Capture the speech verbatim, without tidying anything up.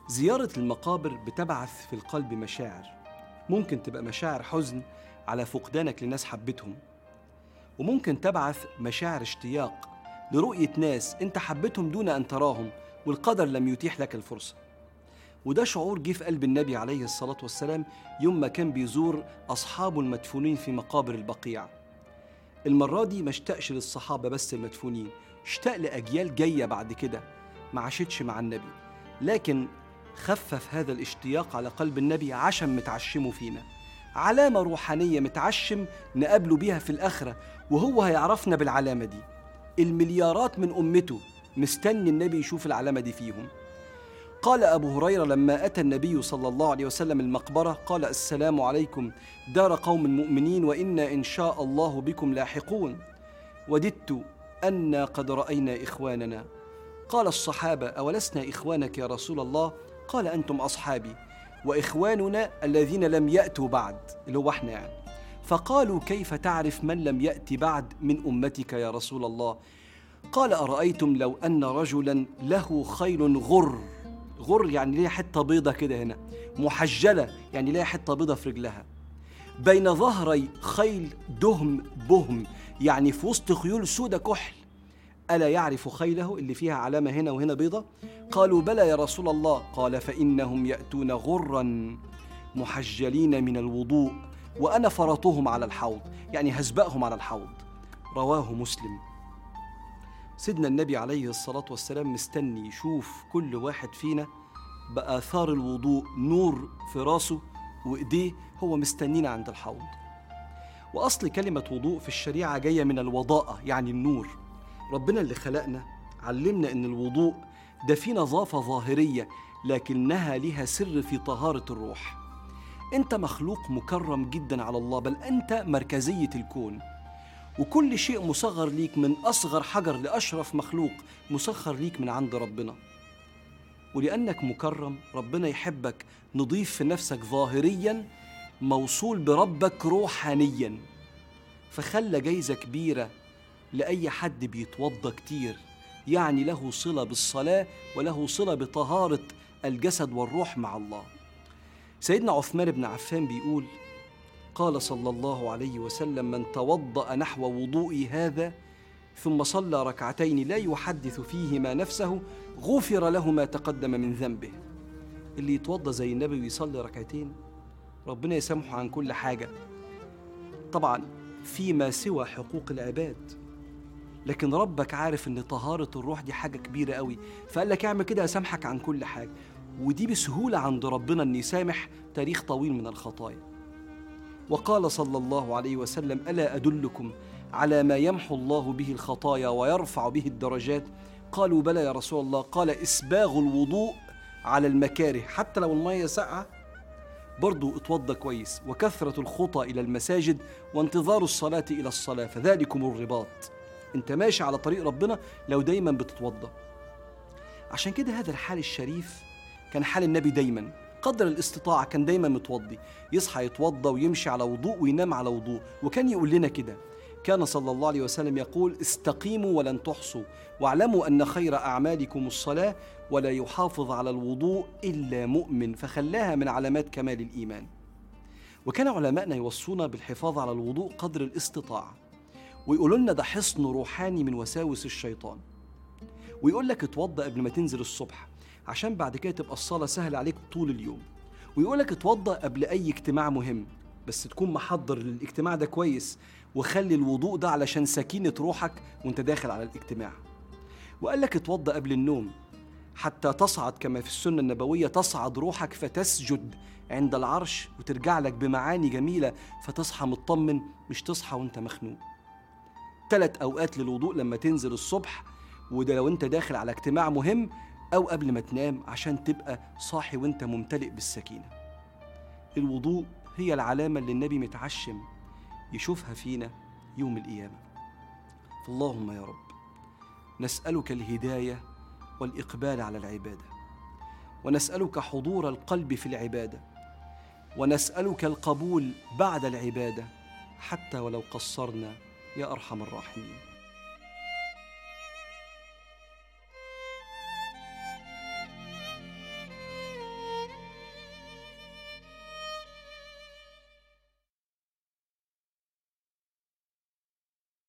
زيارة المقابر بتبعث في القلب مشاعر، ممكن تبقى مشاعر حزن على فقدانك لناس حبتهم، وممكن تبعث مشاعر اشتياق لرؤية ناس انت حبتهم دون أن تراهم والقدر لم يتيح لك الفرصة. وده شعور جه في قلب النبي عليه الصلاة والسلام يوم ما كان بيزور أصحابه المدفونين في مقابر البقيع. المرة دي ما اشتاقش للصحابة بس المدفونين، اشتاق لأجيال جاية بعد كده ما عاشتش مع النبي، لكن خفف هذا الاشتياق على قلب النبي عشم متعشمه فينا، علامة روحانية متعشم نقابله بيها في الآخرة، وهو هيعرفنا بالعلامة دي. المليارات من أمته مستني النبي يشوف العلامة دي فيهم. قال أبو هريرة لما أتى النبي صلى الله عليه وسلم المقبرة قال: السلام عليكم دار قوم مؤمنين وإنا إن شاء الله بكم لاحقون، وددت أنا قد رأينا إخواننا. قال الصحابة: أولسنا إخوانك يا رسول الله؟ قال: أنتم أصحابي وإخواننا الذين لم يأتوا بعد، اللي هو احنا يعني. فقالوا: كيف تعرف من لم يأتي بعد من أمتك يا رسول الله؟ قال: أرأيتم لو أن رجلا له خيل غر، غر يعني ليها حتة بيضة كده هنا، محجلة يعني ليها حتة بيضة في رجلها، بين ظهري خيل دهم بهم يعني في وسط خيول سودة كحل، ألا يعرف خيله اللي فيها علامة هنا وهنا بيضة؟ قالوا: بلى يا رسول الله. قال: فإنهم يأتون غرا محجلين من الوضوء وأنا فرطهم على الحوض، يعني هسبقهم على الحوض. رواه مسلم. سيدنا النبي عليه الصلاة والسلام مستني يشوف كل واحد فينا بآثار الوضوء، نور في راسه وإيديه، هو مستنينا عند الحوض. وأصل كلمة وضوء في الشريعة جاية من الوضاءة يعني النور. ربنا اللي خلقنا علمنا إن الوضوء ده فيه نظافة ظاهرية لكنها لها سر في طهارة الروح. أنت مخلوق مكرم جدا على الله، بل أنت مركزية الكون، وكل شيء مصغر ليك من أصغر حجر لأشرف مخلوق مسخر ليك من عند ربنا. ولأنك مكرم ربنا يحبك نضيف في نفسك ظاهريا موصول بربك روحانيا، فخلى جايزة كبيرة لأي حد بيتوضى كتير، يعني له صلة بالصلاة وله صلة بطهارة الجسد والروح مع الله. سيدنا عثمان بن عفان بيقول: قال صلى الله عليه وسلم: من توضأ نحو وضوئي هذا ثم صلى ركعتين لا يحدث فيهما نفسه غفر له ما تقدم من ذنبه. اللي يتوضأ زي النبي ويصلي ركعتين ربنا يسامحه عن كل حاجة، طبعا فيما سوى حقوق العباد، لكن ربك عارف ان طهارة الروح دي حاجة كبيرة قوي، فقال لك اعمل كده اسامحك عن كل حاجة. ودي بسهولة عند ربنا ان يسامح تاريخ طويل من الخطايا. وقال صلى الله عليه وسلم: ألا أدلكم على ما يمحو الله به الخطايا ويرفع به الدرجات؟ قالوا: بلى يا رسول الله. قال: إسباغ الوضوء على المكاره، حتى لو المية ساقعة برضو اتوضى كويس، وكثرة الخطى إلى المساجد وانتظار الصلاة إلى الصلاة، فذلكم الرباط. انت ماشي على طريق ربنا لو دايما بتتوضى. عشان كده هذا الحال الشريف كان حال النبي دايما، قدر الاستطاعة كان دايما متوضي، يصحى يتوضى ويمشي على وضوء وينام على وضوء. وكان يقول لنا كده، كان صلى الله عليه وسلم يقول: استقيموا ولن تحصوا، واعلموا أن خير أعمالكم الصلاة، ولا يحافظ على الوضوء إلا مؤمن، فخلاها من علامات كمال الإيمان. وكان علماءنا يوصونا بالحفاظ على الوضوء قدر الاستطاعة، ويقولوا لنا ده حصن روحاني من وساوس الشيطان. ويقول لك اتوضى قبل ما تنزل الصبح عشان بعد كده تبقى الصلاة سهل عليك طول اليوم. ويقول لك اتوضى قبل أي اجتماع مهم، بس تكون محضر للاجتماع ده كويس، وخلي الوضوء ده علشان سكينة روحك وانت داخل على الاجتماع. وقال لك اتوضى قبل النوم حتى تصعد كما في السنة النبوية، تصعد روحك فتسجد عند العرش وترجع لك بمعاني جميلة، فتصحى مطمن مش تصحى وانت مخنوق. ثلاث أوقات للوضوء: لما تنزل الصبح، وده لو انت داخل على اجتماع مهم، أو قبل ما تنام عشان تبقى صاحي وانت ممتلئ بالسكينة. الوضوء هي العلامة اللي النبي متعشم يشوفها فينا يوم القيامة. فاللهم يا رب نسألك الهداية والإقبال على العبادة، ونسألك حضور القلب في العبادة، ونسألك القبول بعد العبادة حتى ولو قصرنا يا أرحم الراحمين.